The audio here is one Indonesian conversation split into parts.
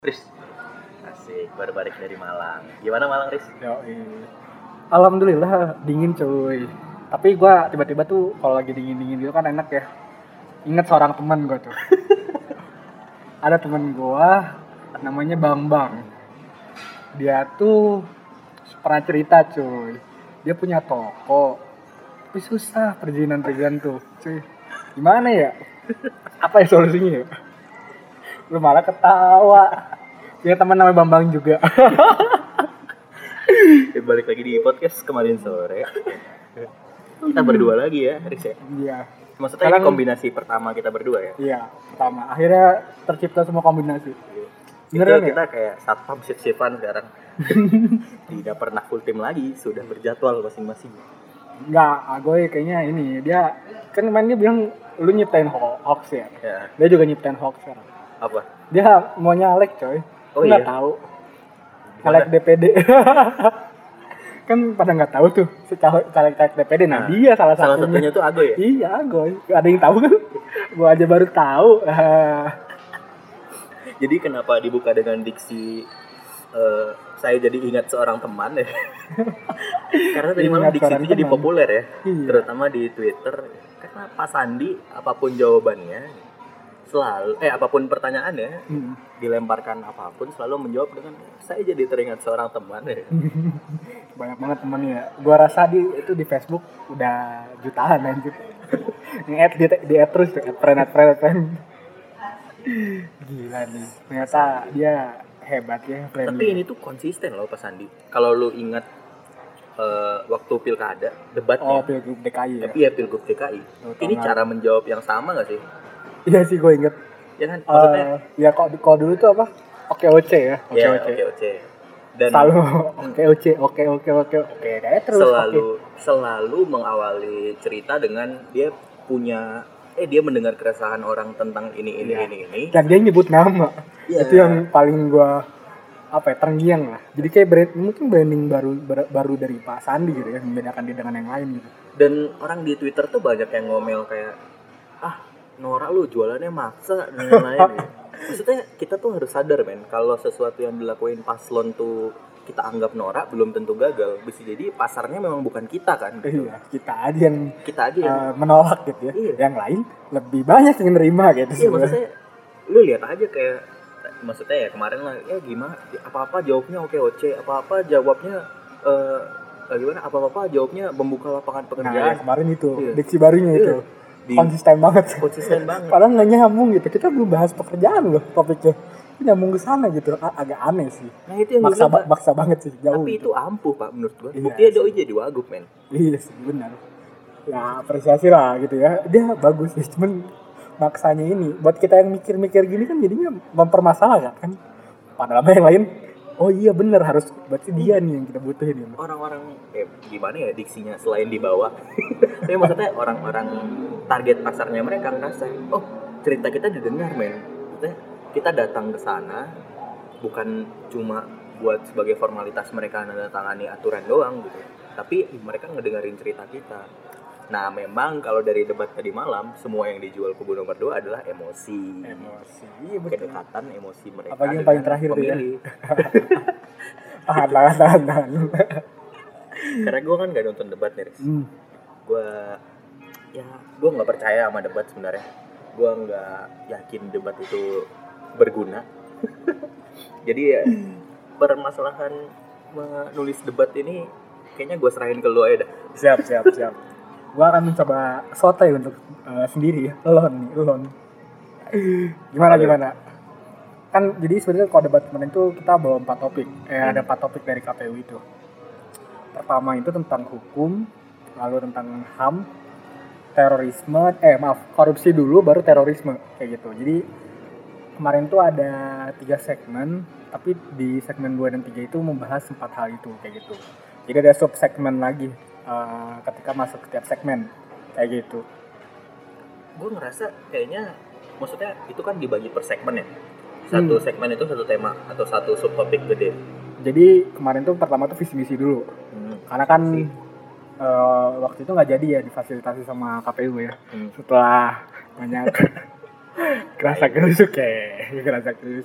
Riz, asik, baru balik dari Malang. Gimana Malang, Riz? Alhamdulillah dingin cuy. Tapi gue tiba-tiba tuh kalau lagi dingin-dingin gitu kan enak ya. Ingat seorang teman gue tuh. Ada teman gue namanya Bambang. Dia tuh pernah cerita cuy. Dia punya toko. Tapi susah perizinan tuh cuy. Gimana ya? Apa ya solusinya ya? Lu malah ketawa. Punya teman namanya Bambang juga. Balik lagi di podcast kemarin sore. Kita berdua lagi ya, Riz ya? Iya. Maksudnya ini kombinasi pertama kita berdua ya? Iya, pertama. Akhirnya tercipta semua kombinasi. Beneran kita kayak satpam shift-shiftan sekarang. Tidak pernah full tim lagi, sudah berjadwal masing-masing. Enggak, Agoy kayaknya ini. Dia kan dia bilang lu nyiptain hoax ya. Dia juga nyiptain hoax sekarang. Apa? Dia mau nyalek coy. Oh nggak iya? tahu. Caleg DPD. Kan pada nggak tahu tuh caleg DPD. Nah, dia salah satunya tuh Agoy ya? Iya, Agoy. Ada yang tahu kan? Gua aja baru tahu. Jadi kenapa dibuka dengan diksi saya jadi ingat seorang teman ya? Karena tadi malam diksi itu jadi populer ya, iya. Terutama di Twitter. Karena Pak Sandi apapun jawabannya selalu apapun pertanyaannya dilemparkan apapun selalu menjawab dengan saya jadi teringat seorang teman ya. Banyak banget temannya. Gua rasa itu di Facebook udah jutaan anjir. Nge-add di add terus tuh, friend. Gila nih. Ternyata dia hebat ya. Tapi ini tuh konsisten loh Pak Sandi. Kalau lu ingat waktu pilkada debatnya. Oh, pilgub DKI ya. Tapi ya pilgub DKI. Ini cara menjawab yang sama nggak sih? Iya sih, gue inget. Ya kan, maksudnya ya kok dulu tuh apa? Oke Oke. Dan selalu oke. Terus selalu mengawali cerita dengan dia punya dia mendengar keresahan orang tentang ini. Dan dia nyebut nama. Yeah. Itu yang paling gue terngiang lah. Jadi kayak mungkin branding baru dari Pak Sandi gitu ya, membedakan dia dengan yang lain gitu. Dan orang di Twitter tuh banyak yang ngomel kayak Nora lu jualannya maksa dan lain-lain ya. Maksudnya kita tuh harus sadar men, kalau sesuatu yang dilakuin paslon tuh kita anggap norak belum tentu gagal. Bisa jadi pasarnya memang bukan kita kan gitu. Iya, kita aja yang menolak gitu ya. Iya. Yang lain lebih banyak yang nerima gitu. Iya, maksudnya lu lihat aja kayak maksudnya ya kemarin lah gimana apa-apa jawabnya oke, apa-apa jawabnya gimana apa-apa jawabnya membuka lapangan pekerjaan. Nah, kemarin itu diksi barunya itu. Konsisten banget. Padahal nggak nyambung gitu. Kita belum bahas pekerjaan loh topiknya. Nyambung ke sana gitu. Agak aneh sih. Nah itu yang maksa banget sih. Jauh. Tapi itu ampuh Pak menurut gua. Buktinya doi jadi wagub men. Iya sih benar. Ya apresiasi lah gitu ya. Dia bagus sih. Cuman maksanya ini buat kita yang mikir-mikir gini kan jadinya mempermasalahkan kan. Padahal yang lain. Oh iya benar harus berarti dia nih yang kita butuhin ya. Orang-orang gimana ya diksinya selain di bawah. Tapi maksudnya orang-orang target pasarnya mereka ngerasa, oh cerita kita didengar men. Maksudnya kita datang ke sana bukan cuma buat sebagai formalitas mereka menandatangani aturan doang gitu. Tapi mereka ngedengerin cerita kita. Nah memang kalau dari debat tadi malam semua yang dijual kubu nomor 2 adalah emosi, iya, kedekatan emosi mereka. Apalagi yang paling terakhir pemilih. Tuh ya. tahan. Karena gue kan gak nonton debat nih, gue nggak percaya sama debat sebenarnya. Gue nggak yakin debat itu berguna. Jadi ya permasalahan menulis debat ini kayaknya gue serahin ke lu aja dah. Siap. Gue akan mencoba sotoy untuk sendiri ya. Elon. Gimana? Kan jadi sebenarnya kalau debat kemarin itu kita bawa 4 topik. Ada 4 topik dari KPU itu. Pertama itu tentang hukum, lalu tentang HAM, terorisme, korupsi dulu baru terorisme kayak gitu. Jadi kemarin tuh ada 3 segmen, tapi di segmen 2 dan 3 itu membahas 4 hal itu kayak gitu. Jadi ada sub segmen lagi ketika masuk ke tiap segmen kayak gitu. Gue ngerasa kayaknya maksudnya itu kan dibagi per segmen ya. Satu segmen itu satu tema atau satu subtopik gede. Jadi kemarin tuh pertama tuh visi misi dulu. Karena kan waktu itu nggak jadi ya difasilitasi sama KPU ya. Setelah banyak gerasa gerusuk.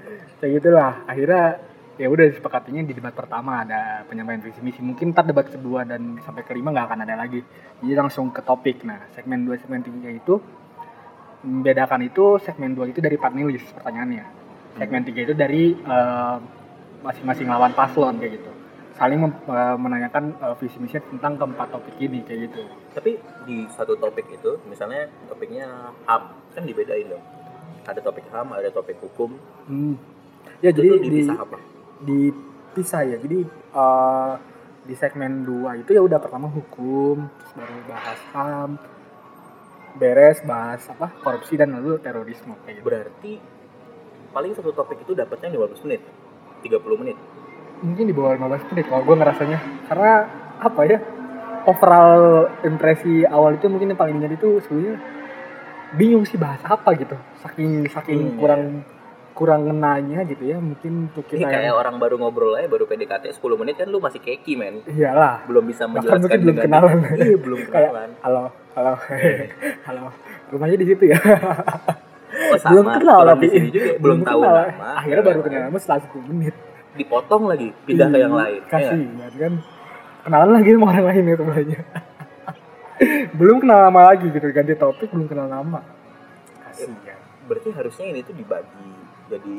Kayak gitulah. Akhirnya ya udah disepakatinya di debat pertama ada penyampaian visi misi. Mungkin ntar debat kedua dan sampai kelima nggak akan ada lagi. Jadi langsung ke topik. Nah, segmen 2 segmen 3 itu membedakan itu segmen 2 itu dari panelis pertanyaannya. Segmen 3 itu dari masing-masing lawan paslon kayak gitu. Saling menanyakan visi misi tentang keempat topik ini kayak gitu. Tapi di satu topik itu, misalnya topiknya HAM, kan dibedain dong. Ada topik HAM, ada topik hukum. Ya Itu jadi dipisah apa? dipisah ya. Jadi di segmen 2 itu ya udah pertama hukum, terus baru bahas HAM, beres bahas apa korupsi dan lalu terorisme kayak gitu. Berarti paling satu topik itu dapatnya 15 menit, 30 menit. Mungkin di bawah 15 menit kalau gue ngerasanya, karena apa ya, overall impresi awal itu mungkin yang paling ingat itu sebenarnya bingung sih bahas apa gitu, saking kurang ngenanya gitu ya, mungkin untuk Ini kita kayak orang baru ngobrol aja, baru PDKT 10 menit kan lu masih keki men. iyalah, Belum bisa bahkan menjelaskan mungkin belum kenalan. Iya, belum Kayak kenalan. halo rumahnya di situ ya. Oh sama, Belum kenal turun tapi di sini juga belum tahu kenal. nama. Akhirnya baru kenal nama setelah 10 menit. Dipotong lagi, pindah ke yang lain. Kasih Ya, kan kenalan lagi sama orang lain itu banyak. Belum kenal nama lagi gitu, ganti topik belum kenal nama. Kasihan. berarti harusnya ini tuh dibagi jadi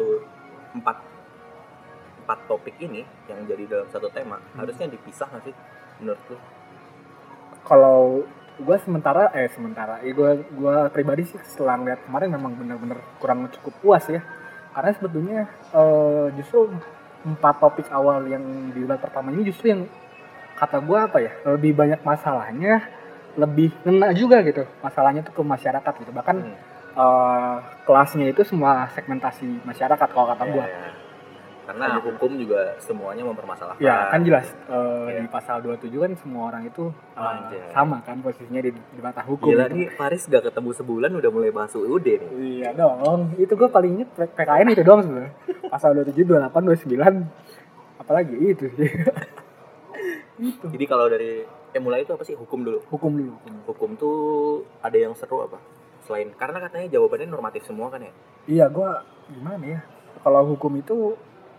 empat topik ini yang jadi dalam satu tema. Harusnya dipisah nggak sih menurut lu? Kalau gue sementara gue pribadi sih setelah lihat kemarin memang benar-benar kurang cukup puas ya, karena sebetulnya justru 4 topik awal yang di debat pertama ini justru yang kata gue apa ya, lebih banyak masalahnya, lebih ngena juga gitu masalahnya tuh ke masyarakat gitu, bahkan kelasnya itu semua segmentasi masyarakat kalau kata gue. Karena hukum juga semuanya mempermasalahkan. Ya kan jelas di pasal 27 kan semua orang itu sama kan posisinya di mata hukum. Gila gitu. nih Faris gak ketemu sebulan udah mulai bahas UUD nih. Iya dong, itu gue paling inget PKN itu doang sebenarnya. Pasal 27, 28, 29, apalagi itu sih. Itu. Jadi kalau dari mulai itu apa sih? Hukum dulu. Hukum dulu. Hukum tuh ada yang seru apa? Selain karena katanya jawabannya normatif semua kan ya? Iya, gue gimana ya? Kalau hukum itu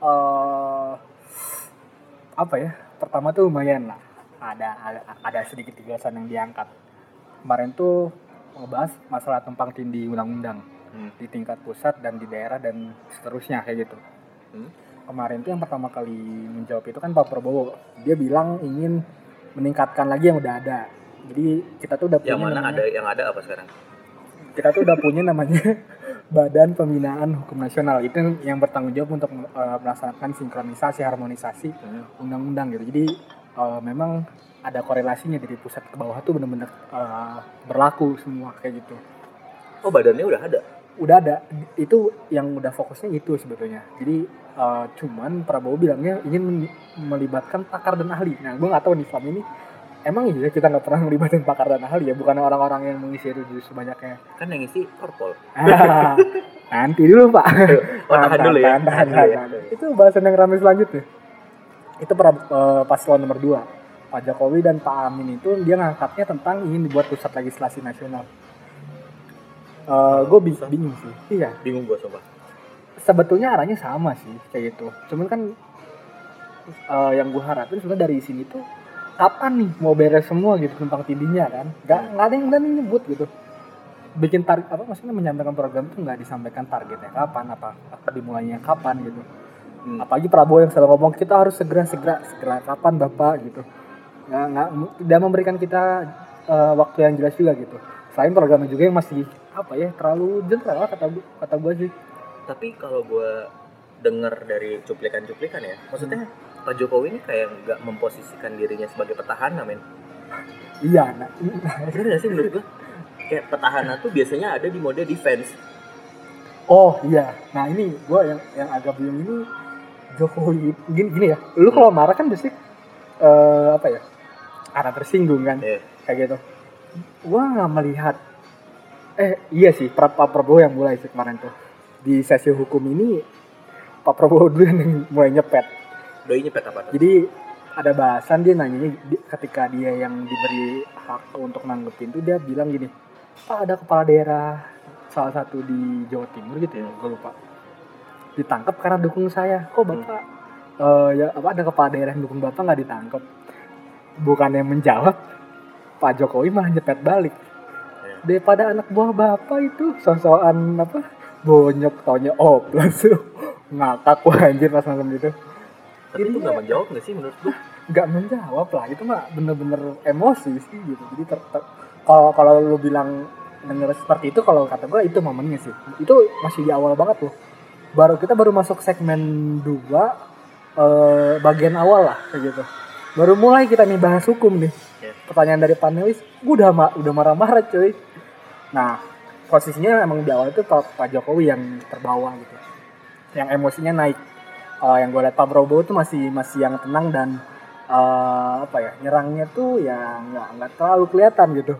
apa ya? Pertama tuh lumayan lah. Ada sedikit gagasan yang diangkat. Kemarin tuh ngebahas masalah tumpang tindih undang-undang di tingkat pusat dan di daerah dan seterusnya kayak gitu. Kemarin tuh yang pertama kali menjawab itu kan Pak Prabowo. Dia bilang ingin meningkatkan lagi yang udah ada. Jadi kita tuh udah punya yang mana namanya, yang ada apa sekarang? Kita tuh udah punya namanya Badan Pembinaan Hukum Nasional, itu yang bertanggung jawab untuk melaksanakan sinkronisasi, harmonisasi undang-undang gitu. Jadi memang ada korelasinya dari pusat ke bawah tuh benar-benar berlaku semua kayak gitu. Oh badannya udah ada? Udah ada, itu yang udah fokusnya itu sebetulnya. Jadi cuman Prabowo bilangnya ingin melibatkan pakar dan ahli. Nah gue nggak tahu nih Fam ini emang iya kita nggak pernah melibatkan pakar dan ahli ya, bukan orang-orang yang mengisi itu justru banyaknya. Kan yang ngisi korpol. Nanti dulu Pak. Tahan dulu ya. Tahan. Itu bahasan yang ramai selanjutnya. Itu paslon nomor 2. Pak Jokowi dan Pak Amin itu dia ngangkatnya tentang ingin dibuat pusat legislasi nasional. Gue bingung sih. Iya. Bingung gue coba. Sebetulnya arahnya sama sih kayak gitu. Cuman kan yang gue harapin sebenarnya dari sini tuh kapan nih mau beres semua gitu tumpang tindihnya kan? Nggak ada yang berani nyebut gitu. Bikin target apa maksudnya menyampaikan program itu nggak disampaikan targetnya kapan, apa dimulainya kapan gitu. Apalagi Prabowo yang selalu ngomong kita harus segera kapan Bapak gitu. Tidak memberikan kita waktu yang jelas juga gitu. Selain programnya juga yang masih apa ya terlalu general kata gue sih. Tapi kalau gue dengar dari cuplikan-cuplikan ya, maksudnya Pak Jokowi ini kayak nggak memposisikan dirinya sebagai petahana men. Iya, bener nggak sih menurut gue? Kayak petahana tuh biasanya ada di mode defense. Oh iya, nah ini gue yang agak bingung ini Jokowi gini ya. Lu kalau marah kan pasti apa ya? Karena tersinggung kan, kayak gitu. Gue nggak melihat. Iya sih, Pak Prabowo yang mulai sih kemarin tuh di sesi hukum ini. Pak Prabowo dulu yang mulai nyepet. Doi nyepet apa tuh? Jadi ada bahasan dia nanyanya ketika dia yang diberi hak untuk nanggepin tuh dia bilang gini, Pak ada kepala daerah salah satu di Jawa Timur gitu ya, gue lupa. ditangkap karena dukung saya. Kok bapak ya apa ada kepala daerah yang dukung bapak nggak ditangkap? Bukannya menjawab, Pak Jokowi malah nyepet balik. Daripada anak buah bapak itu sosokan apa bonyok taunya oplas ngakak wah anjir pas nonton gitu. Tapi itu nggak menjawab nggak sih menurut lu? Nggak menjawab lah, itu mah bener-bener emosi sih gitu. Jadi kalau lu bilang denger seperti itu, kalau kata gue itu momennya sih. Itu masih di awal banget loh. Kita baru masuk segmen 2 bagian awal lah kayak gitu. Baru mulai kita nih bahas hukum nih. Pertanyaan dari panelis, gue udah marah-marah cuy. Nah, posisinya emang di awal itu Pak Jokowi yang terbawa gitu. Yang emosinya naik. Yang gue lihat Pak Prabowo tuh masih yang tenang dan apa ya, nyerangnya tuh ya nggak terlalu kelihatan gitu.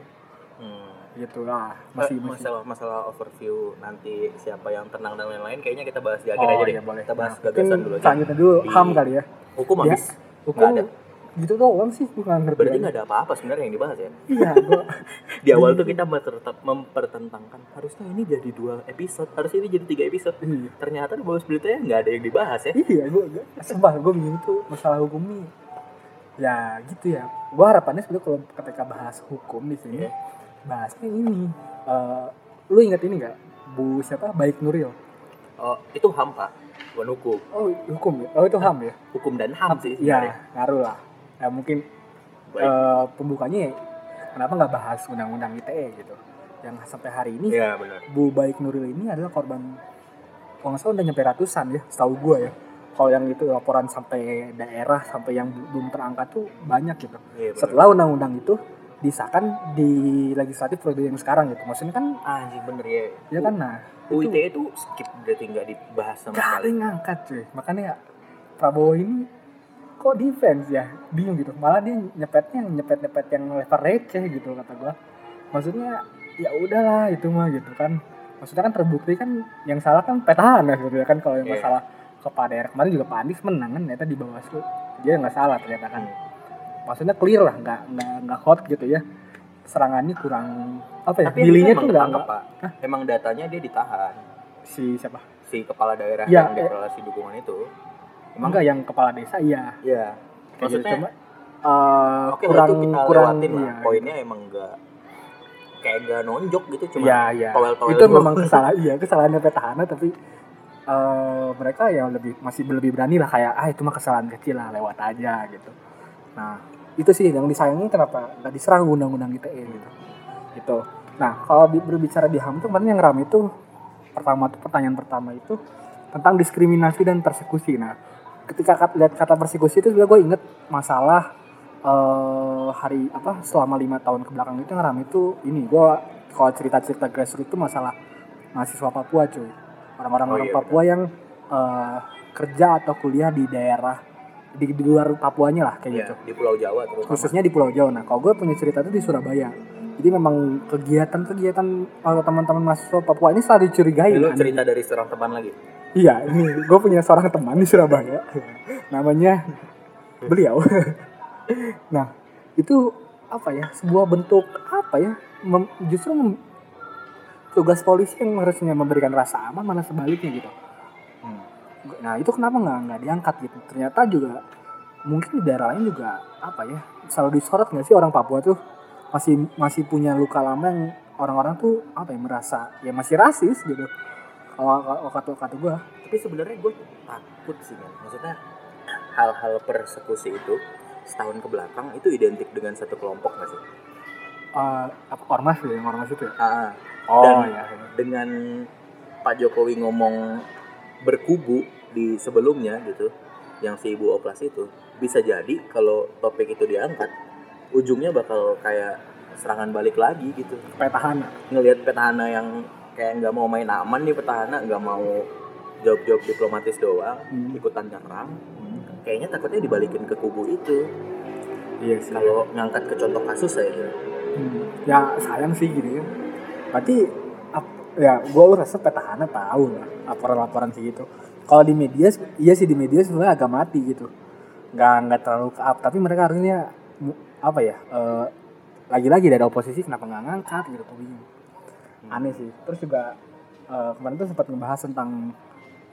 Gitulah, masih masalah overview nanti siapa yang tenang dan lain-lain kayaknya kita bahas di akhir aja deh. Ya boleh. Kita bahas gagasan dulu aja. Selanjutnya dulu HAM kali ya. Hukum habis. Hukum ada. Gitu doang sih, bukan ngerti. Berarti nggak ada apa-apa sebenarnya yang dibahas ya? Iya, di awal tuh kita mempertentangkan harusnya ini jadi 2 episode, harusnya ini jadi 3 episode. Ternyata di bawah beritanya nggak ada yang dibahas ya? Iya, gue bingung tuh masalah hukum nih. Ya gitu ya. Gue harapannya sebenarnya kalau ketika bahas hukum di sini, bahasnya ini. Lu ingat ini nggak? Bu siapa? Baik Nuril. Oh, itu HAM Pak, bukan hukum. Oh, hukum ya? Oh, itu HAM ya? Hukum dan HAM sih. Iya, ngaruh lah. Ya mungkin pembukanya kenapa nggak bahas undang-undang ITE gitu. Yang sampai hari ini Bu Baik Nuril ini adalah korban, kalau nggak salah udah nyampe ratusan ya, setahu gue ya. Kalau yang itu laporan sampai daerah, sampai yang belum terangkat tuh banyak gitu. Iya, setelah undang-undang itu disahkan di legislatif periode yang sekarang gitu. Maksudnya kan anjing bener ya. Ya kan, nah UITE itu skip, berarti nggak dibahas sama sekali. Gak ngangkat cuy. Makanya Prabowo ini kok defense ya, bingung gitu. Malah dia nyepet yang level receh gitu kata gua. Maksudnya ya udahlah itu mah gitu kan. Maksudnya kan terbukti kan yang salah kan petahana gitu ya kan. Kalau yang masalah kepala daerah kemarin juga Pak Andis menang kan ternyata di Bawaslu. Dia nggak salah ternyata kan. Maksudnya clear lah, nggak hot gitu ya. Serangannya kurang apa ya? Tapi Milihnya tuh nggak Pak. Emang datanya dia ditahan. Si siapa? Si kepala daerah yang deklarasi dukungan itu. Enggak, yang kepala desa iya. Iya. Maksudnya cuma kurang lewatin lah. Poinnya emang enggak nonjok gitu, cuma towel-towel. Itu memang kesalahannya petahana, tapi mereka yang masih lebih berani lah kayak itu mah kesalahan kecil lah, lewat aja gitu. Nah, itu sih yang disayangin kenapa enggak diserang undang-undang ITE gitu. Nah, kalau berbicara di HAM tuh kemarin yang ramai itu pertanyaan pertama itu tentang diskriminasi dan persekusi. Nah, ketika lihat kata persekusi itu juga gue inget masalah selama 5 tahun kebelakang itu yang ramai itu ini. Gue kalau cerita-cerita grassroots itu masalah mahasiswa Papua cuy. Orang-orang Papua yang kerja atau kuliah di daerah di luar Papuanya lah kayak gitu. Di Pulau Jawa terutama. Khususnya di Pulau Jawa. Nah, kalau gue punya cerita itu di Surabaya. Jadi memang kegiatan teman-teman mahasiswa Papua ini selalu dicurigai. Lu cerita dari seorang teman lagi? Iya, ini gue punya seorang teman di Surabaya, namanya beliau. Nah, itu apa ya? Sebuah bentuk apa ya? Justru tugas polisi yang harusnya memberikan rasa aman, malah sebaliknya gitu. Nah, itu kenapa nggak diangkat gitu? Ternyata juga mungkin di daerah lain juga apa ya? Selalu disorot nggak sih orang Papua tuh masih punya luka lama yang orang-orang tuh apa ya, merasa ya masih rasis gitu. Kalau kata gue. Tapi sebenarnya gue takut sih kan. Maksudnya hal-hal persekusi itu setahun ke belakang itu identik dengan satu kelompok nggak sih? Ormas ya, yang ormas itu ya? Dengan Pak Jokowi ngomong berkubu di sebelumnya gitu, yang si Ibu Oplas itu, bisa jadi kalau topik itu diangkat, ujungnya bakal kayak serangan balik lagi gitu. Petahana. Ngelihat petahana yang kayak nggak mau main aman nih, petahana nggak mau jawab diplomatis doang, ikutan nyerang. Kayaknya takutnya dibalikin ke kubu itu. Iya sih. Kalau ngangkat ke contoh kasus saya. Ya sayang sih gitu ya. Berarti ya gue rasa petahana tahu lah laporan-laporan sih gitu. Kalau di media, iya sih di media sebenarnya agak mati gitu. Nggak terlalu ke up, tapi mereka harusnya apa ya? Lagi-lagi dari oposisi kenapa nggak ngangkat gitu, bingung. Aneh sih. Terus juga kemarin tuh sempat ngebahas tentang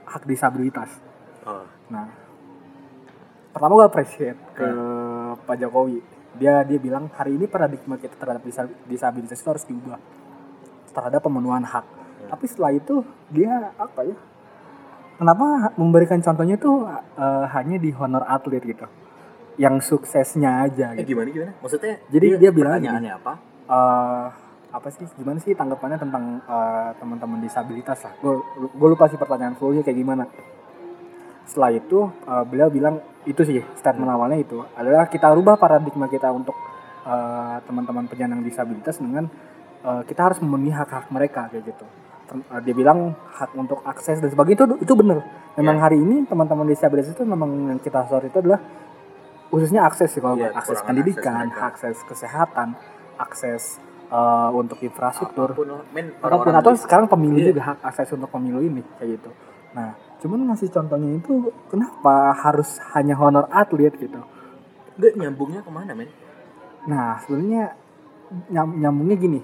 hak disabilitas. Oh. Nah, pertama gue appreciate ke Pak Jokowi. Dia bilang hari ini paradigma kita terhadap disabilitas itu harus diubah terhadap pemenuhan hak. Tapi setelah itu dia apa ya? Kenapa memberikan contohnya tuh hanya di honor atlet gitu, yang suksesnya aja gitu. Gimana? Maksudnya? Jadi dia bilang pertanyaannya apa? Apa sih? Gimana sih tanggapannya tentang teman-teman disabilitas lah? Gue lupa sih pertanyaan fullnya kayak gimana. Setelah itu beliau bilang itu sih statement awalnya itu adalah kita rubah paradigma kita untuk teman-teman penyandang disabilitas dengan kita harus memenuhi hak-hak mereka kayak gitu. Dia bilang hak untuk akses dan sebagainya itu benar. Memang hari ini teman-teman disabilitas itu memang yang kita sorot itu adalah khususnya akses sih, kalau akses pendidikan, akses kesehatan, akses untuk infrastruktur, apapun atau sekarang pemilu juga hak akses untuk pemilu ini kayak gitu. Nah, cuman ngasih contohnya itu kenapa harus hanya honor atlet gitu? Nggak nyambungnya kemana, men? Nah, sebenarnya nyambungnya gini.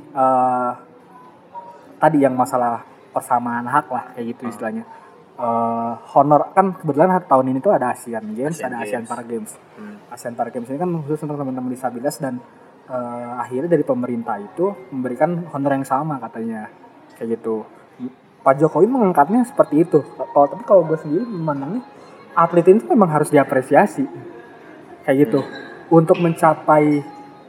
Tadi yang masalah persamaan hak lah kayak gitu istilahnya. Honor kan kebetulan tahun ini tuh ada Asian Games, ada Asian Para Games. Asian Para Games ini kan khusus untuk teman-teman disabilitas dan akhirnya dari pemerintah itu memberikan honor yang sama katanya kayak gitu. Pak Jokowi mengangkatnya seperti itu. Tapi kalau gue sendiri memandangnya atlet itu memang harus diapresiasi kayak gitu untuk mencapai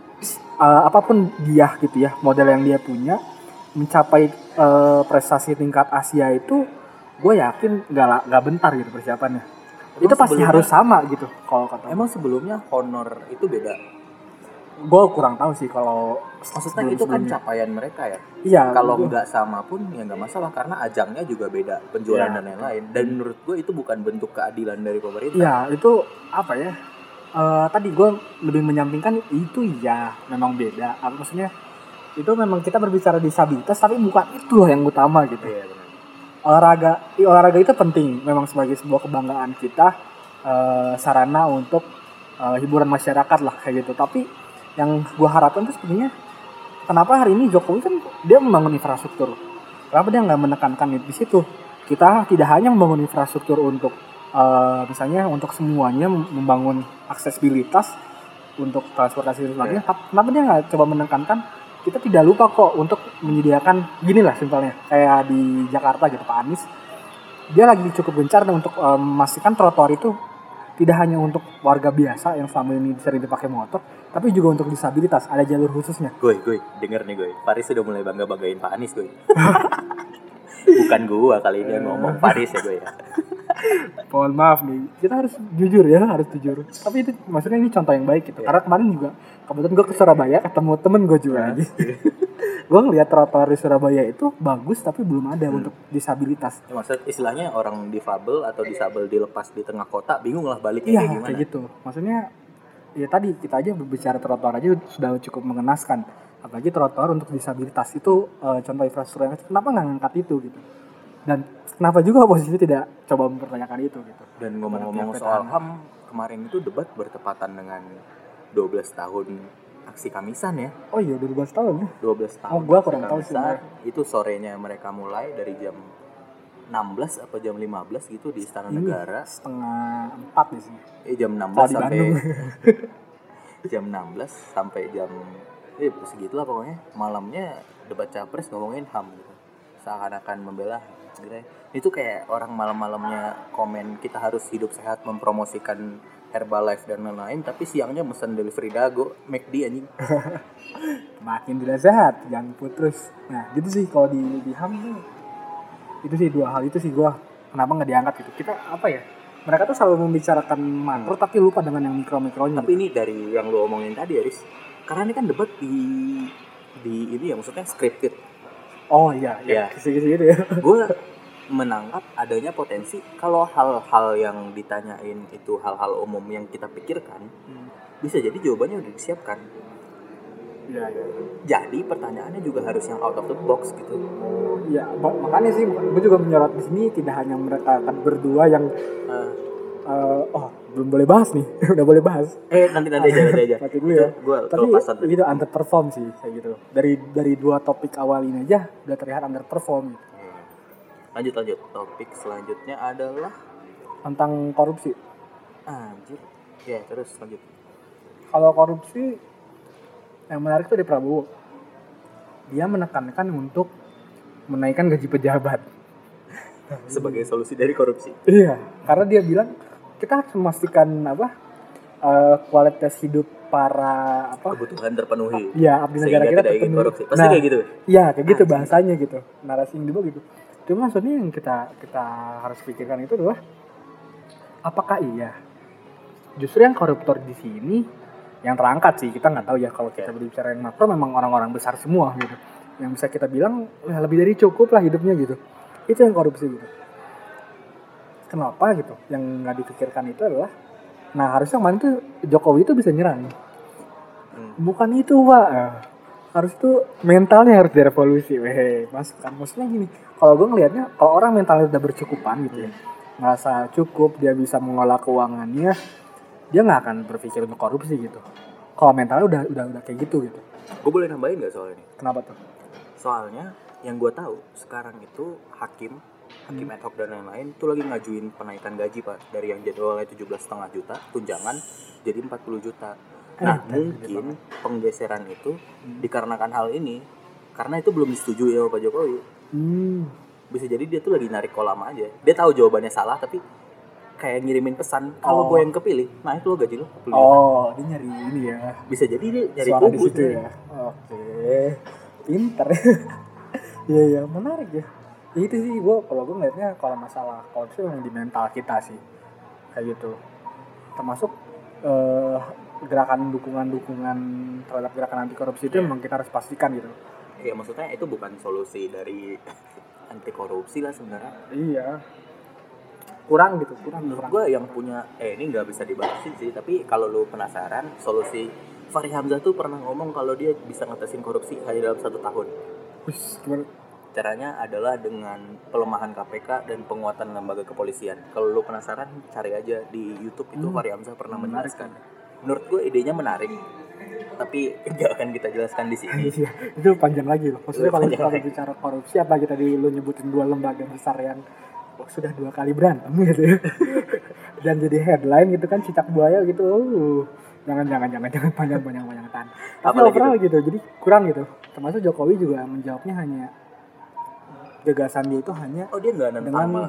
apapun dia gitu ya, model yang dia punya, mencapai prestasi tingkat Asia itu gue yakin nggak bentar gitu persiapannya. Emang itu pasti harus sama gitu kalau kata. Emang sebelumnya honor itu beda? Gue kurang tahu sih kalau maksudnya itu kan capaian mereka ya. Iya. Kalau nggak sama pun ya nggak masalah karena ajangnya juga beda, penjualan dan lain-lain. Dan menurut gue itu bukan bentuk keadilan dari pemerintah. Iya, itu apa ya? Tadi gue lebih menyampingkan itu ya memang beda. Maksudnya itu memang kita berbicara disabilitas tapi bukan itu loh yang utama gitu. Iya, benar. Olahraga itu penting memang sebagai sebuah kebanggaan kita, sarana untuk hiburan masyarakat lah kayak gitu. Tapi yang gue harapkan itu sebenarnya kenapa hari ini Jokowi kan dia membangun infrastruktur, kenapa dia nggak menekankan di situ? Kita tidak hanya membangun infrastruktur untuk misalnya untuk semuanya membangun aksesibilitas untuk transportasi dan sebagainya, kenapa dia nggak coba menekankan kita tidak lupa kok untuk menyediakan gini lah simpelnya kayak di Jakarta gitu. Pak Anies dia lagi cukup gencar untuk memastikan trotoar itu tidak hanya untuk warga biasa yang selama ini sering dipakai motor, tapi juga untuk disabilitas, ada jalur khususnya. Gue denger nih gue, Paris sudah mulai bangga-banggain Pak Anies gue. Bukan gue kali ini yang ngomong, Paris ya gue ya. Mohon maaf nih, kita harus jujur ya, harus jujur. Tapi itu maksudnya ini contoh yang baik gitu. Karena kemarin juga kebetulan gue ke Surabaya ketemu temen gue juga lagi. Gue ngeliat trotoar di Surabaya itu bagus tapi belum ada untuk disabilitas. Ya, maksud istilahnya orang difabel atau disabel dilepas di tengah kota, bingung lah baliknya kayak gimana. Iya, kayak gitu. Maksudnya ya tadi kita aja berbicara trotoar aja sudah cukup mengenaskan. Apalagi trotoar untuk disabilitas itu contoh infrastruktur yang kenapa nggak ngangkat itu gitu. Dan kenapa juga oposisi tidak coba mempertanyakan itu gitu. Dan ngomong-ngomong soal HAM, kemarin itu debat bertepatan dengan 12 tahun aksi Kamisan ya. Oh iya, 12 tahun ya? 12 tahun. Oh, gua kurang tahu sih. Itu sorenya mereka mulai dari jam 16 apa jam 15 gitu di Istana Negara. Setengah 4 di sini. Jam 16 sampai jam 16 sampai jam segitulah pokoknya. Malamnya debat capres ngomongin HAM gitu. Seakan-akan membela itu kayak orang malam-malamnya komen kita harus hidup sehat, mempromosikan Herbalife dan lain-lain, tapi siangnya mesen delivery dago McD anjing. Makin tidak sehat, jangan putus. Nah gitu sih kalau di HAM tuh itu sih dua hal itu sih gua kenapa nggak diangkat gitu. Kita apa ya, mereka tuh selalu membicarakan makro tapi lupa dengan yang mikro-mikronya. Tapi ini dari yang lu omongin tadi Aris, karena ini kan debat di ini ya, maksudnya scripted. Oh iya. Kisi-kisi gitu ya. Gue menangkap adanya potensi kalau hal-hal yang ditanyain itu hal-hal umum yang kita pikirkan, bisa jadi jawabannya udah disiapkan. Iya. Jadi pertanyaannya juga harus yang out of the box gitu. Iya, makanya sih gue juga menyorot di sini tidak hanya mereka kan berdua yang belum boleh bahas nih. Udah boleh bahas. Nanti aja. Mati dulu ya. Tapi itu underperform sih kayak gitu. Dari dua topik awal ini aja udah terlihat underperform gitu. Lanjut. Topik selanjutnya adalah tentang korupsi. anjir. Ya, terus lanjut. Kalau korupsi yang menarik tuh di Prabowo. Dia menekankan untuk menaikkan gaji pejabat. Sebagai solusi dari korupsi. Iya, karena dia bilang kita harus memastikan kualitas hidup para Kebutuhan terpenuhi. Iya, abdi negara Sehingga kita tidak ingin terpenuhi. korupsi. Pasti kayak gitu. Iya, kayak gitu bahasanya gitu. Narasi yang dibawa gitu. Cuma maksudnya yang kita harus pikirkan itu adalah apakah iya justru yang koruptor di sini yang terangkat sih, kita nggak tahu ya, kalau kita berbicara yang makro memang orang-orang besar semua gitu. Yang bisa kita bilang ya, lebih dari cukup lah hidupnya gitu. Itu yang korupsi gitu. Kenapa gitu? Yang nggak dipikirkan itu adalah, nah harusnya kemarin tuh Jokowi itu bisa nyerang. Bukan itu Pak. Harus itu mentalnya harus direvolusi. Masukkan. Maksudnya gini, kalau gue ngelihatnya kalau orang mentalnya udah bercukupan gitu ya, merasa cukup, dia bisa mengolah keuangannya, dia nggak akan berpikir untuk korupsi gitu. Kalau mentalnya udah kayak gitu. Gue boleh nambahin nggak soal ini? Kenapa tuh? Soalnya yang gue tahu sekarang itu hakim ad hoc dan lain-lain itu lagi ngajuin penaikan gaji Pak, dari yang jadwalnya 17,5 juta tunjangan jadi 40 juta. Nah mungkin penggeseran itu dikarenakan hal ini, karena itu belum disetujui sama Pak Jokowi. Bisa jadi dia tuh lagi narik kolam aja. Dia tahu jawabannya salah tapi kayak ngirimin pesan, kalau gue yang kepilih naik lo gaji lo 40 juta. Dia nyari ini ya. Bisa jadi dia nyari suara di kubu situ ya. Oke. Pinter. Iya, menarik ya. Ya itu sih, kalau gue ngeliatnya kalau masalah korupsi memang di mental kita sih, kayak gitu. Termasuk gerakan dukungan terhadap gerakan anti korupsi itu memang kita harus pastikan gitu. Iya, maksudnya itu bukan solusi dari anti korupsi lah sebenarnya. Iya. Kurang. Menurut gue yang punya ini nggak bisa dibahas sih, tapi kalau lu penasaran, solusi Fahri Hamzah tuh pernah ngomong kalau dia bisa ngatasin korupsi hanya dalam 1 tahun. Gimana? Caranya adalah dengan pelemahan KPK dan penguatan lembaga kepolisian. Kalau lu penasaran, cari aja di YouTube itu Fahri Hamzah pernah menjelaskan. Menurut gue idenya menarik, tapi nggak akan kita jelaskan di sini. Itu panjang lagi loh. Maksudnya kalau kita bicara korupsi, apa kita lu nyebutin 2 lembaga besar yang sudah 2 kali berantem gitu ya. Dan jadi headline gitu kan, cicak buaya gitu. Jangan panjang tahan. Tapi overall gitu, jadi kurang gitu. Termasuk Jokowi juga menjawabnya hanya gagasan dia itu hanya dia nggak nentang malah.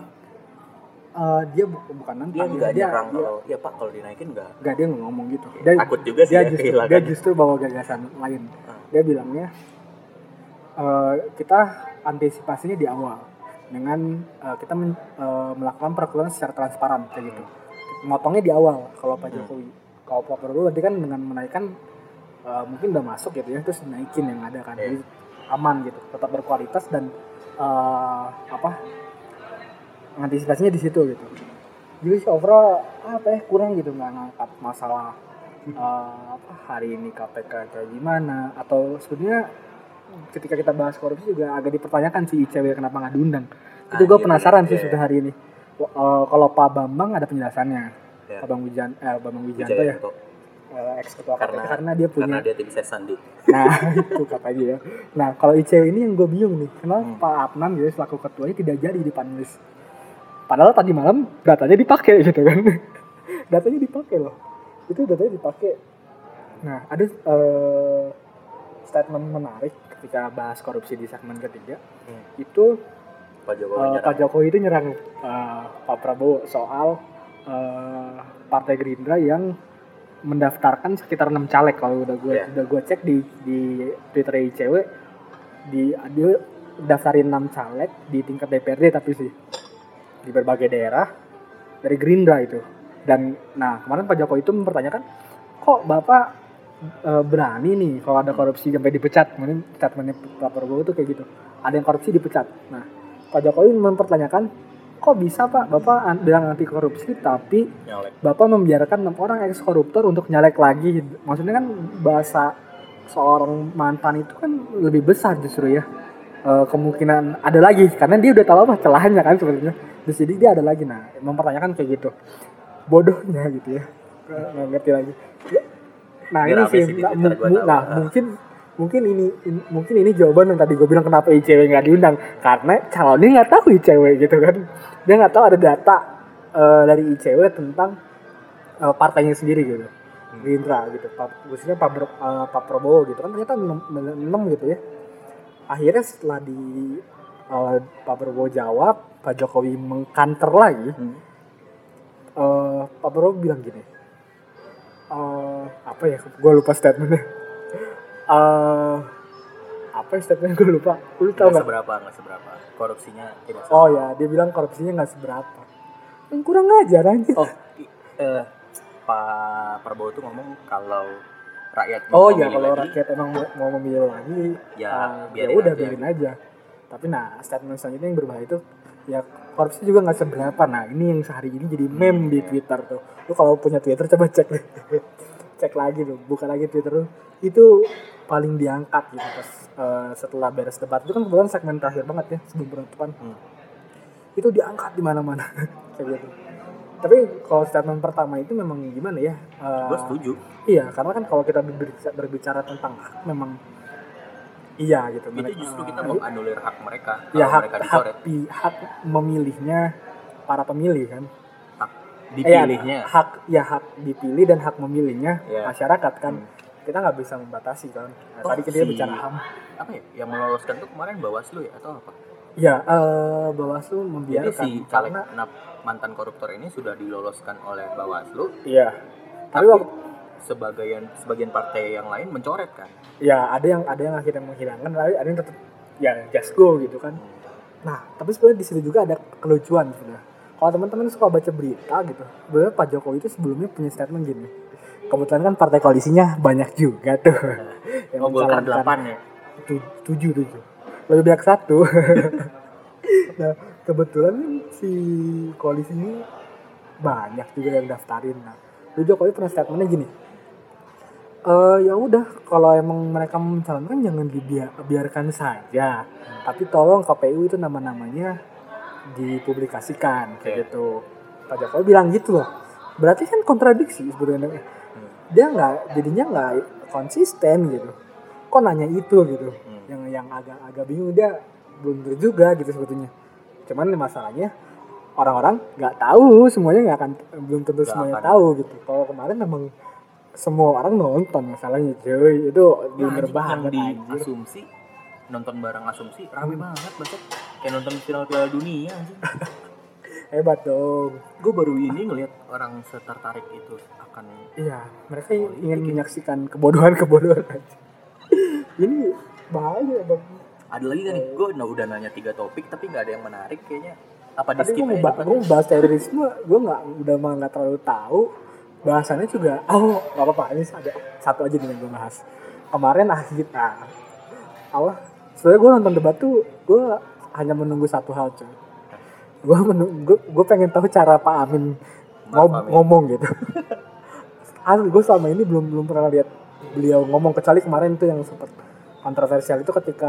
Dia bukan nentang. Dia nggak nyerang kalau ya Pak kalau dinaikin nggak. Nggak, dia nggak ngomong gitu. Takut juga sih. Dia justru bawa gagasan lain. Dia bilangnya kita antisipasinya di awal dengan kita melakukan peraturan secara transparan kayak gitu. Motongnya di awal kalau Pak Jokowi. Kalau Pak Prabowo berarti kan dengan menaikkan mungkin udah masuk gitu ya, terus naikin yang ada kan. Jadi aman gitu, tetap berkualitas dan antisipasinya di situ gitu. Jadi overall kurang gitu, nggak ngangkat masalah hari ini KPK kayak gimana, atau sebenarnya ketika kita bahas korupsi juga agak dipertanyakan si ICW kenapa nggak diundang. Itu gue penasaran sih sudah hari ini. Kalau Pak Bambang ada penjelasannya. Pak Bambang Wijanto ya. Ex ketua KPK karena dia tim ses sandi. Nah itu kata dia. Nah kalau ICW ini yang gue bingung nih, kenapa Pak Adnan gitu selaku ketuanya tidak jadi dipanelis. Padahal tadi malam datanya dipakai gitu kan. Datanya dipakai loh. Itu datanya dipakai. Nah ada statement menarik ketika bahas korupsi di segmen ketiga. Itu Pak Jokowi itu nyerang Pak Prabowo soal Partai Gerindra yang mendaftarkan sekitar 6 caleg. Kalau udah gue cek di Twitter ICW, dia daftarin 6 caleg di tingkat DPRD tapi sih di berbagai daerah dari Gerindra itu. Dan nah kemarin Pak Jokowi itu mempertanyakan, kok Bapak berani nih kalau ada korupsi sampai dipecat. Kemudian statementnya Pak Prabowo itu kayak gitu, ada yang korupsi dipecat. Nah Pak Jokowi mempertanyakan, kok bisa Pak Bapak bilang anti korupsi tapi Bapak membiarkan 6 orang ex koruptor untuk nyalek lagi. Maksudnya kan bahasa seorang mantan itu kan lebih besar justru ya, kemungkinan ada lagi karena dia udah tahu apa celahnya kan sebenarnya. Terus jadi dia ada lagi. Nah mempertanyakan kayak gitu, bodohnya gitu ya, nggak ngerti lagi. Nah ini sih mungkin mungkin ini jawaban yang tadi gue bilang kenapa ICW nggak diundang, karena calonnya nggak tahu ICW gitu kan, dia nggak tahu ada data dari ICW tentang partainya sendiri gitu, Gerindra gitu, khususnya Pak Prabowo gitu kan, ternyata 6 gitu ya. Akhirnya setelah Pak Prabowo jawab, Pak Jokowi mengkanter lagi, Pak Prabowo bilang gini, apa ya, gue lupa statementnya. Apa statementnya gue lupa. Lu tahu nggak? Nggak seberapa. Korupsinya tidak. Oh ya, dia bilang korupsinya nggak seberapa. Yang kurang ajar aja. Oh, Pak Prabowo tuh ngomong kalau rakyat mau kalau lagi, rakyat emang mau memilih lagi, ya biarin aja. Tapi statement selanjutnya yang berbahaya itu, ya korupsi juga nggak seberapa. Nah ini yang sehari ini jadi meme di Twitter tuh. Lu kalau punya Twitter coba cek deh. Cek lagi tuh, buka lagi Twitter tuh. Itu paling diangkat gitu pas setelah beres debat. Itu kan kebetulan segmen terakhir banget ya sebelum penutupan. Itu diangkat di mana-mana kayak gitu. Tapi kalau statement pertama itu memang gimana ya? Gue setuju. Iya, karena kan kalau kita berbicara tentang hak, memang iya gitu. Itu justru kita mau anulir hak mereka. Ya, hak memilihnya para pemilih kan. Hak dipilihnya. Hak dipilih dan hak memilihnya masyarakat kan. Kita nggak bisa membatasi kan. Tadi kita bicara HAM. Apa ya? Yang meloloskan tuh kemarin Bawaslu ya atau apa? Ya, Bawaslu membiarkan. Jadi si caleg mantan koruptor ini sudah diloloskan oleh Bawaslu. Iya. Tapi sebagian partai yang lain mencoret kan. Ya, ada yang akhirnya menghilangkan, tapi ada yang tetap ya just go gitu kan. Nah, tapi sebenarnya di situ juga ada kelucuan sebenarnya. Kalau teman-teman suka baca berita gitu, sebenarnya Pak Jokowi itu sebelumnya punya statement gini. Kebetulan kan partai koalisinya banyak juga tuh. Yang Golkar 8 ya. 7. Lebih banyak 1. Nah, kebetulan si koalisi ini banyak juga yang daftarin. Nah, Jokowi pernah statementnya gini. Ya udah, kalau emang mereka mencalonkan jangan dibiarkan saja. Tapi tolong KPU itu nama-namanya dipublikasikan kayak gitu. Pak Jokowi bilang gitu loh. Berarti kan kontradiksi sebenarnya. Dia jadinya nggak konsisten gitu. Kok nanya itu gitu. Yang agak bingung, dia belum tentu juga gitu sebetulnya. Cuman masalahnya orang-orang nggak tahu, semuanya belum tentu semuanya tahu gitu. Kalau kemarin memang semua orang nonton masalahnya cuy, itu bener banget yang asumsi nonton bareng asumsi rame banget banget kayak nonton final Piala Dunia anjing. Hebat dong. Gue baru ini ngelihat orang setertarik itu akan mereka ingin menyaksikan kebodohan aja. Ini bahaya bang. Ada lagi kan nih, gue udah nanya 3 topik tapi nggak ada yang menarik kayaknya. Apa di skip aja? Gue bahas terorisme, gue nggak terlalu tahu. Bahasannya juga, nggak apa-apa. Ini ada satu aja nih yang gue bahas. Kemarin sebenarnya gue nonton debat tuh, gue hanya menunggu satu hal cuy. Gue pengen tahu cara Pak Amin ngomong gitu. Asli gue selama ini belum pernah lihat beliau ngomong, kecuali kemarin tuh yang sempat kontroversial itu ketika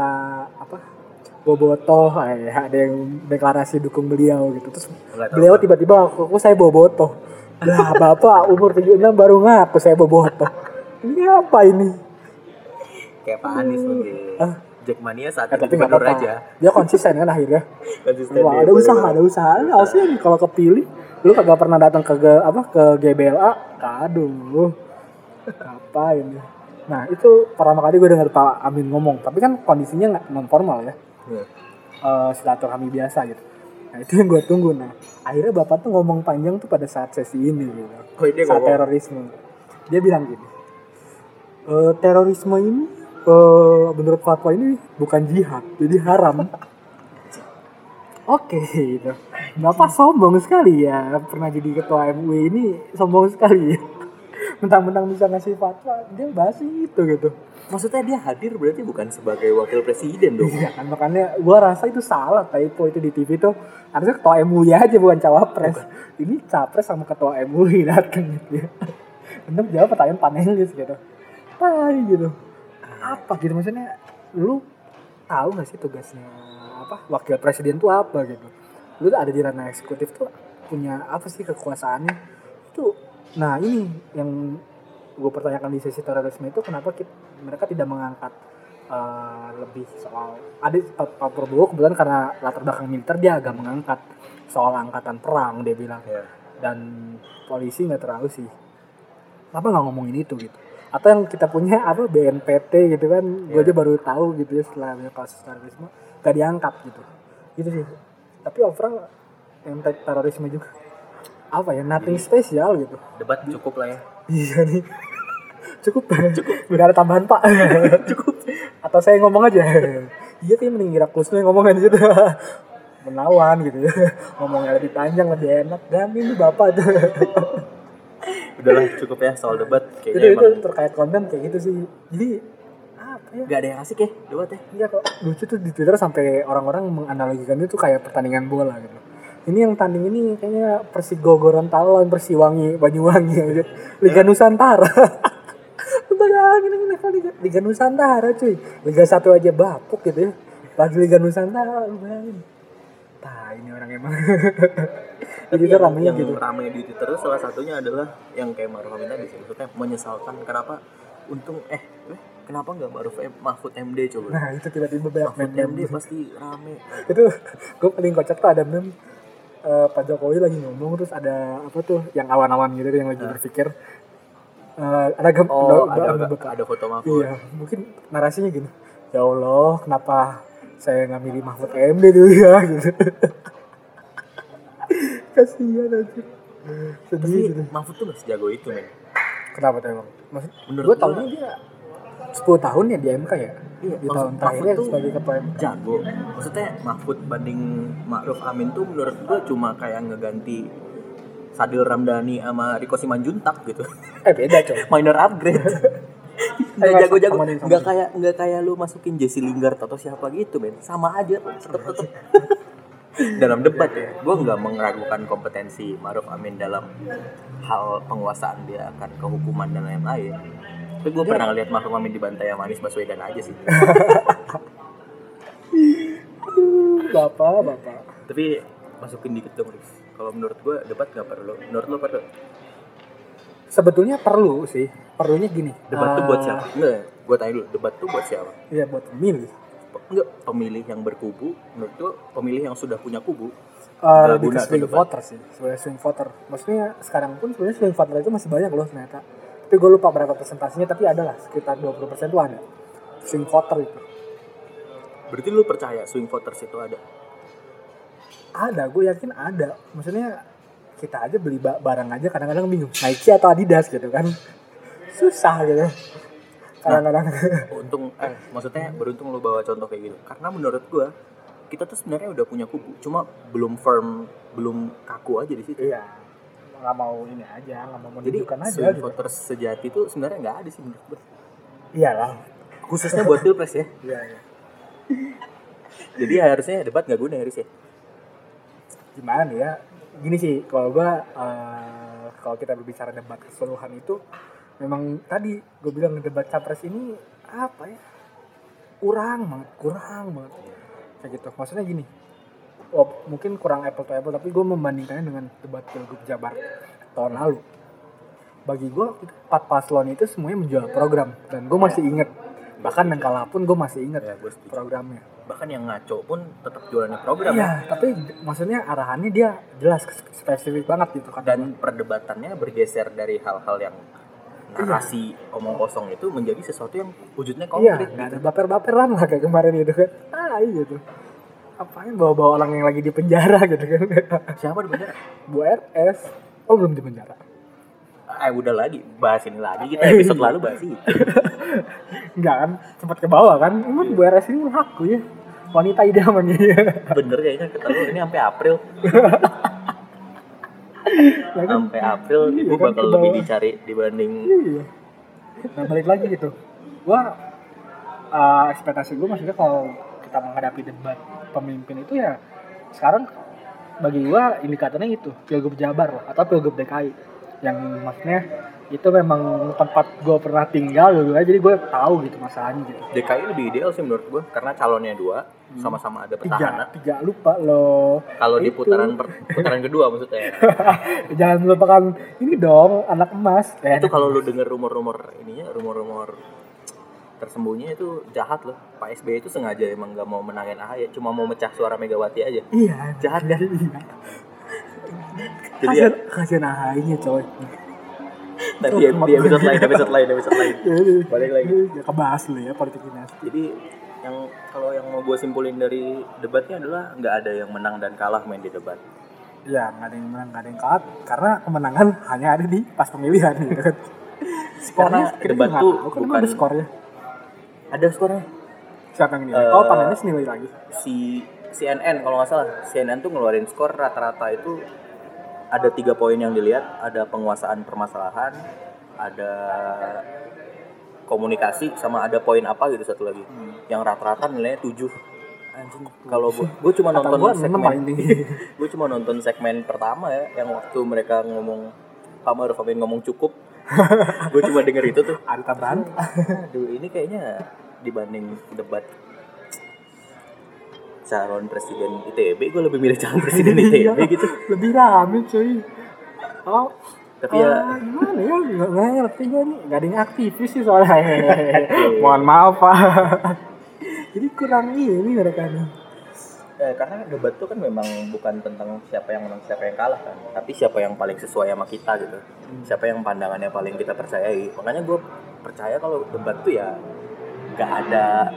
Bobotoh ada yang deklarasi dukung beliau gitu, terus beliau tiba-tiba aku saya Bobotoh. Lah bapak umur 76 baru ngaku saya Bobotoh. Ini apa ini? Kayak Pak Anies mungkin. Jackmania saat itu mundur aja. Dia konsisten kan akhirnya. Wah, ada usaha. Harusnya nih kalau kepilih, lu kagak pernah datang ke GBLA. Aduh. Apa ini? Nah, itu pertama kali gue dengar Pak Amin ngomong, tapi kan kondisinya nggak non formal ya. Silaturahmi biasa gitu. Nah, itu yang gue tunggu. Nah, akhirnya Bapak tuh ngomong panjang tuh pada saat sesi ini gitu. Saat terorisme. Dia bilang gini. Terorisme ini menurut fatwa ini bukan jihad, jadi haram. Oke, gitu. Bapak sombong sekali ya, pernah jadi ketua MUI ini sombong sekali ya. Mentang-mentang bisa ngasih fatwa, dia bahas itu gitu. Maksudnya dia hadir berarti bukan sebagai wakil presiden dong? Iya kan, makanya gue rasa itu salah. Typo itu di TV tuh harusnya ketua MUI aja bukan cawapres. Ini capres sama ketua MUI dateng gitu ya. Untuk jawab pertanyaan panelis gitu. Gitu. Apa gitu, maksudnya lu tahu nggak sih tugasnya wakil presiden tuh apa gitu? Lu ada di ranah eksekutif tuh punya apa sih kekuasaannya itu? Nah ini yang gue pertanyakan di sesi terorisme itu, kenapa mereka tidak mengangkat lebih soal ada Pak Prabowo kebetulan karena latar belakang militer dia agak mengangkat soal angkatan perang dia bilang. Dan polisi nggak terlalu sih. Kenapa nggak ngomongin itu gitu? Atau yang kita punya apa BNPT gitu kan, gue aja baru tahu gitu ya setelah ada kasus terorisme gak diangkat gitu sih. Tapi overall yang terorisme juga apa ya, nothing spesial gitu. Debat cukup lah ya. Iya nih. Cukup. Gak ada tambahan Pak. Cukup. Atau saya ngomong aja. Iya sih mending Irak Kusno yang ngomong aja gitu. Menawan gitu ya. Ngomongnya lebih panjang, lebih enak. Gamin tuh Bapak tuh. Udahlah cukup ya soal debat. Itu terkait konten kayak gitu sih. Jadi apa ya? Gak ada yang asik ya debat ya. Iya kok. Lucu tuh di Twitter sampai orang-orang menganalogikan itu kayak pertandingan bola gitu. Ini yang tanding ini kayaknya Persigo Gorontalo lawan Persiwangi Banyuwangi gitu. Liga Nusantara. Bayangin ini level Liga Nusantara cuy. Liga 1 aja bapuk gitu ya. Lagi Liga Nusantara lu bayangin. Nah ini orang emang. Jadi itu ramenya yang gitu. Rame di Twitter salah satunya adalah yang kayak Maruf Amin tadi sih. Maksudnya menyesalkan kenapa kenapa nggak Mahfud MD coba. Nah itu tiba-tiba banyak Mahfud meme MD pasti rame. Itu gue paling kocak tuh ada meme Pak Jokowi lagi ngomong terus ada apa tuh yang awan-awan gitu yang lagi berpikir ada foto Mahfud. Iya mungkin narasinya gini, ya Allah kenapa saya nggak milih Mahfud MD dulu ya gitu. Kasihan aja. Sedih gitu. Mahfud tuh nggak sejago itu men. Kenapa tuh emang? Maksud menurut gue tahunya dia 10 tahun ya di MK ya. Iya, di tahun terakhir sebagai ketua MK. Jago. Maksudnya Mahfud banding Ma'ruf Amin tuh menurut gue cuma kayak ngeganti Sadil Ramdhani sama Riko Simanjuntak gitu. Beda coy. Minor upgrade. Jago-jago. Nggak kayak lu masukin Jesse Lingard atau siapa gitu men. Sama aja tetep. Dalam debat ya, gue nggak meragukan kompetensi Ma'ruf Amin dalam hal penguasaan dia akan kehukuman dan lain-lain. Tapi gue pernah lihat Ma'ruf Amin dibantai sama Anies Baswedan aja sih. Bapak. Tapi masukin dikit dong, Riz. Kalau menurut gue debat nggak perlu. Menurut lo perlu? Sebetulnya perlu sih. Perlunya gini. Debat tuh buat siapa? Enggak, gue tanya dulu. Debat tuh buat siapa? Iya buat pemilih. Enggak, pemilih yang berkubu. Menurut gue pemilih yang sudah punya kubu. Lebih ke swing voter sih. Sebenarnya swing voter. Maksudnya sekarang pun sebenarnya swing voter itu masih banyak loh ternyata. Tapi gue lupa berapa persentasinya. Tapi ada lah sekitar 20% tuh ada. Swing voter itu. Berarti lu percaya swing voters itu ada? Ada, gue yakin ada. Maksudnya kita aja beli barang aja kadang-kadang bingung. Nike atau Adidas gitu kan. Susah gitu. Kadang-kadang. Maksudnya beruntung lu bawa contoh kayak gitu. Karena menurut gue, kita tuh sebenarnya udah punya kubu. Cuma belum firm, belum kaku aja di situ. Iya. Nggak mau ini aja, nggak mau menunjukkan aja. Jadi swing gitu. voters sejati itu sebenarnya nggak ada sih menurut gue. Iyalah. Khususnya buat pilpres ya. Iya. Jadi harusnya debat nggak guna harus ya. Gimana ya? Gini sih, kalau kalau kita berbicara debat keseluruhan itu memang tadi gue bilang debat capres ini apa ya? Kurang banget. Kayak gitu. Maksudnya gini. Mungkin kurang apple to apple tapi gue membandingkannya dengan debat Pilgub Jabar tahun lalu. Bagi gue 4 paslon itu semuanya menjual program dan gue masih inget. Bahkan yang kalah pun gue masih inget ya, programnya. Bahkan yang ngaco pun tetap jualannya program. Iya, tapi maksudnya arahannya dia jelas spesifik banget gitu kan. Dan perdebatannya bergeser dari hal-hal yang narasi omong kosong itu menjadi sesuatu yang wujudnya konkret. Iya, nggak ada baper-baperan lah kayak kemarin gitu kan. Gitu. Apain bawa-bawa orang yang lagi di penjara gitu kan. Siapa di penjara? Bu RS. Oh belum di penjara. Udah lagi bahas ini lagi, kita episode lalu bahas itu. Enggak kan, sempat ke bawah kan. Emang Bu RS ini laku ya. Wanita idaman ya. Bener kayaknya ketahuan ini sampai April. Sampai April ibu kan bakal lebih dicari dibanding. Iya. Nah balik lagi gitu. Gua ekspektasi gue maksudnya kalau kita menghadapi debat pemimpin itu ya sekarang bagi gua indikatornya itu Pilgub Jabar loh, atau Pilgub DKI yang maksudnya itu memang tempat gue pernah tinggal dulu aja, jadi gue tahu gitu masalahnya gitu. DKI lebih ideal sih menurut gue karena calonnya 2 sama-sama ada petahana. Tiga lupa loh. Kalau di putaran kedua maksudnya. Jangan melupakan ini dong, anak emas. Itu kalau lu denger rumor-rumor tersembunyi itu jahat loh. Pak SBY itu sengaja emang nggak mau menangin AHY, cuma mau mecah suara Megawati aja. Iya, Jahat kan? iya. Jadi ya, Kasian AHY-nya coy. nanti di episode lain. Balik lagi. Ya kebahas dulu ya politik dinasti. Jadi kalau yang mau gue simpulin dari debatnya adalah nggak ada yang menang dan kalah main di debat. Iya, nggak ada yang menang, nggak ada yang kalah, karena kemenangan hanya ada di pas pemilihan gitu kan. Karena debat tuh bukan ada skornya. Ada skornya. Siapa yang nilai? Panelis nilai lagi. Si CNN kalau nggak salah, CNN tuh ngeluarin skor rata-rata itu ada 3 poin yang dilihat, ada penguasaan permasalahan, ada komunikasi, sama ada poin apa gitu satu lagi. Yang rata-rata nilainya 7. Anjing, kalau gue cuma nonton gue cuma nonton segmen pertama ya, yang waktu mereka ngomong Pak Maruf Amin ngomong cukup. Gue cuma denger itu tuh. Ada tambahan. Aduh, ini kayaknya dibanding debat calon presiden ITB, gue lebih milih calon presiden ITB gitu. Lebih rame cuy. Oh, tapi ya gimana ya, nggak ngerti gue nih, nggak ada yang aktivis sih soalnya. Mohon maaf Pak. Jadi kurang ini mereka nih. Karena debat tuh kan memang bukan tentang siapa yang menang siapa yang kalah kan, tapi siapa yang paling sesuai sama kita gitu. Siapa yang pandangannya paling kita percayai. Makanya gue percaya kalau debat tuh ya nggak ada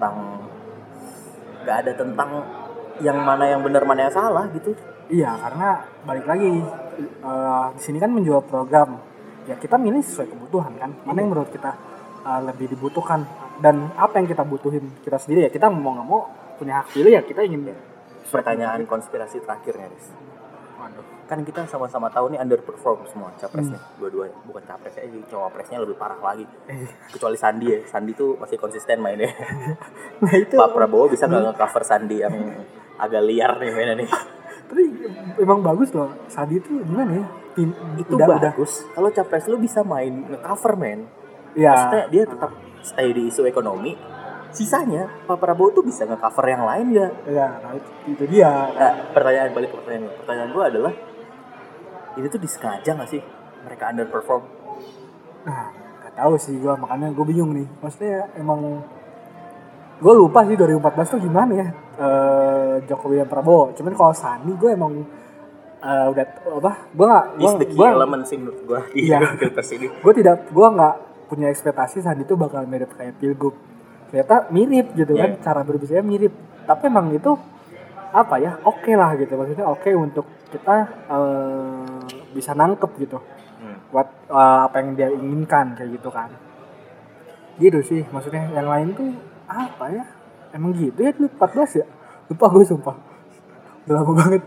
tentang yang mana yang benar mana yang salah gitu. Iya, karena balik lagi di sini kan menjual program. Ya kita milih sesuai kebutuhan kan. Mana yang menurut kita lebih dibutuhkan dan apa yang kita butuhin kita sendiri ya. Kita mau nggak mau punya hak pilih ya, kita ingin. Pertanyaan konspirasi terakhirnya, Riz. Waduh. Kan kita sama-sama tahu nih underperform semua capresnya, dua-duanya. Bukan capresnya sih, cawapresnya lebih parah lagi. Kecuali Sandi ya. Sandi tuh masih konsisten mainnya. Nah, itu Pak Prabowo bisa nggak nge-cover Sandi yang agak liar nih mainnya nih. Tapi emang bagus loh. Sandi itu gimana ya? Itu bagus. Kalau capres lu bisa main nge-cover, men. Ya. Maksudnya dia tetap stay di isu ekonomi. Sisanya Pak Prabowo tuh bisa nge-cover yang lain nggak? Ya, nah itu dia. Nah, pertanyaan gue adalah, ini tuh disengaja nggak sih mereka underperform? Nah, nggak tahu sih gue, makanya gue bingung nih. Maksudnya emang gue lupa sih 2014 tuh gimana ya, Jokowi dan Prabowo. Cuman kalau Sandi gue emang udah apa? Gue elemen sih menurut gue di pilpres ini. Gue nggak punya ekspektasi Sandi tuh bakal mirip kayak Pilgub. Ternyata mirip gitu kan, cara berbicara mirip. Tapi emang itu apa ya? Oke lah gitu. Maksudnya oke untuk kita bisa nangkep gitu. Buat apa yang dia inginkan kayak gitu kan. Gitu sih, maksudnya yang lain tuh apa ya? Emang gitu ya dulu 14 ya? Lupa gue sumpah. Udah lama banget.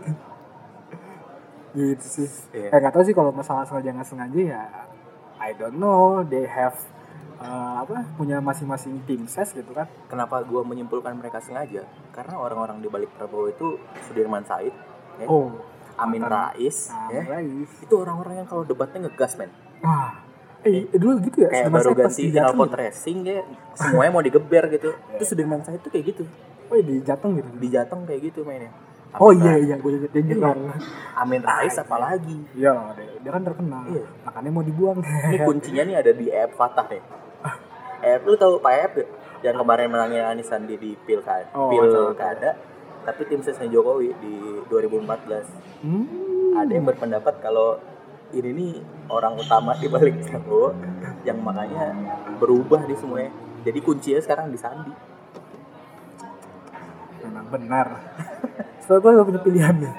Gitu sih. Nggak tahu sih kalau masalah sengaja nggak sengaja ya. I don't know. They have punya masing-masing tim ses gitu kan. Kenapa gue menyimpulkan mereka sengaja? Karena orang-orang di balik Prabowo itu Sudirman Said, ya? Amin Rais, ya? Itu orang-orang yang kalau debatnya ngegas, men. Dulu gitu ya. Kayak baru ganti knalpot racing ya, semuanya mau digeber gitu. Itu Sudirman Said tuh kayak gitu. Di Jateng gitu. Di Jateng kayak gitu mainnya. Iya, gue lihat dia. Amin Rais apalagi? Iya, dia kan terkenal. Iya. Makanya mau dibuang. Ini kuncinya nih ada di EF Fatah nih. EF, lu tahu Pak EF gak? Yang kemarin menangnya Anies Sandi di pilkada, tapi tim sesnya Jokowi di 2014. Ada yang berpendapat kalau ini nih orang utama di balik Prabowo yang makanya berubah di semuanya. Jadi kuncinya sekarang di Sandi. Memang benar. Soalnya gue gak punya pilihan nih.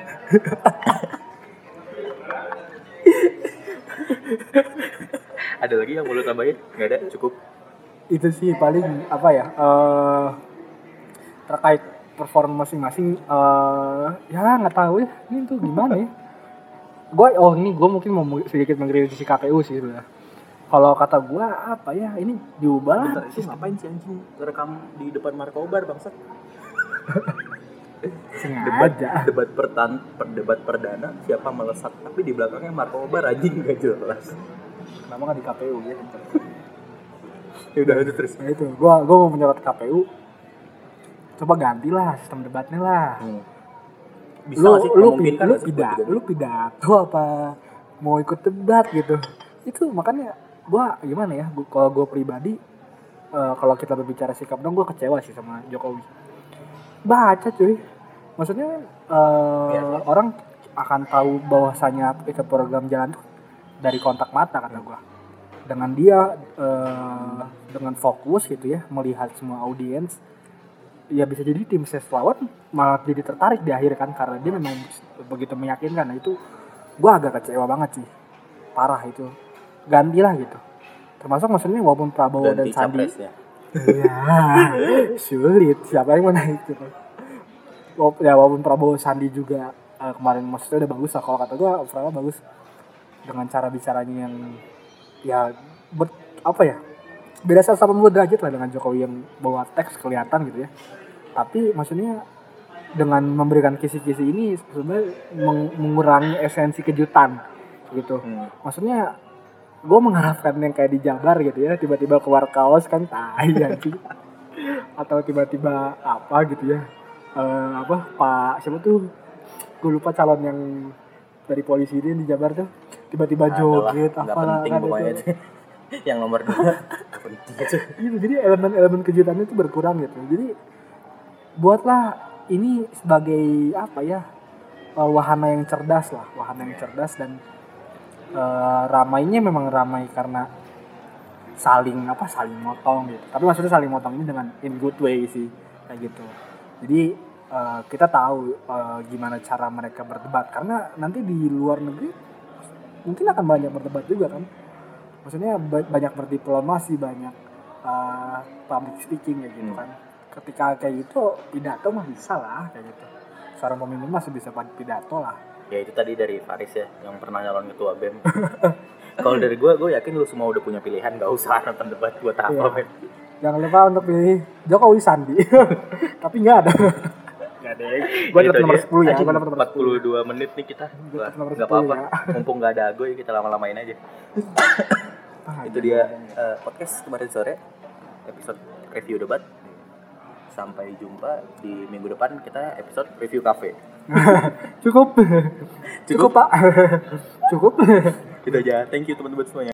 Ada lagi yang mau lu tambahin? Gak ada, cukup. Itu sih paling apa ya, terkait perform masing-masing, ya nggak tahu ya ini tuh gimana ya. Gue mungkin mau sedikit mengkritisi KPU sih sebenarnya. Kalau kata gue apa ya, ini diubah lah. Itu ngapain sih anjing rekam di depan markobar bangsat? Debat perdana siapa melesat, tapi di belakangnya markobar anjing gak jelas. Kenapa nggak di KPU ya? Ya udah itu terus. Nah itu, gua mau menyorot KPU. Coba gantilah sistem debatnya lah. Bisa sih memungkinkan lu pidato apa mau ikut debat gitu. Itu makanya gua gimana ya? Kalau gua pribadi kalau kita berbicara sikap dong, gue kecewa sih sama Jokowi. Baca cuy, maksudnya orang akan tahu bahwasanya itu program jalan tuh dari kontak mata kata gue. Dengan dia dengan fokus gitu ya melihat semua audiens, ya bisa jadi tim ses lawan malah jadi tertarik di akhir kan, karena dia memang begitu meyakinkan. Nah itu gue agak kecewa banget sih, parah itu. Gantilah gitu. Termasuk maksudnya walaupun Prabowo dan Ganti Sandi, capresnya. iya sulit, siapa yang mau naik gitu. Ya walaupun Prabowo Sandi juga kemarin maksudnya udah bagus lah, kalau kata gue overall bagus dengan cara bicaranya yang ya apa ya, beda 180 derajat lah dengan Jokowi yang bawa teks kelihatan gitu ya. Tapi maksudnya dengan memberikan kisi-kisi ini sebenarnya mengurangi esensi kejutan gitu. Maksudnya gue mengharapkan yang kayak di Jabar gitu ya, tiba-tiba keluar kaos kan tai anjing. Atau tiba-tiba apa gitu ya, Pak siapa tuh, gue lupa calon yang dari polisi ini di Jabar tuh, tiba-tiba joget apalah kan itu. Yang nomor 2 penting itu. Itu jadi elemen kejutannya itu berkurang gitu. Jadi buatlah ini sebagai apa ya, wahana yang cerdas lah, wahana yang cerdas. Dan ramainya memang ramai karena saling motong gitu. Tapi maksudnya saling motong ini dengan in good way sih kayak gitu. Jadi kita tahu gimana cara mereka berdebat, karena nanti di luar negeri mungkin akan banyak berdebat juga kan. Maksudnya banyak berdiplomasi, banyak public speaking kayak gitu kan. Ketika kayak gitu pidato mah bisa lah kayak gitu. Seorang pemimpin masih bisa pidato lah. Ya itu tadi dari Faris ya, yang pernah nyalon ketua BEM. Kalau dari gue yakin lu semua udah punya pilihan, gak usah nonton debat buat apa, men. Jangan lupa untuk pilih Jokowi Sandi. Tapi gak ada. Gak ada. Gue dapet nomor 10 ya. Gue dapet nomor 42 menit nih kita. Gak apa-apa. Ya. Mumpung gak ada Agoy, kita lama-lamain aja. Itu dia podcast kemarin sore, episode review debat. Sampai jumpa di minggu depan, kita episode review cafe. Cukup Pak. Cukup. Itu aja. Thank you teman-teman semuanya.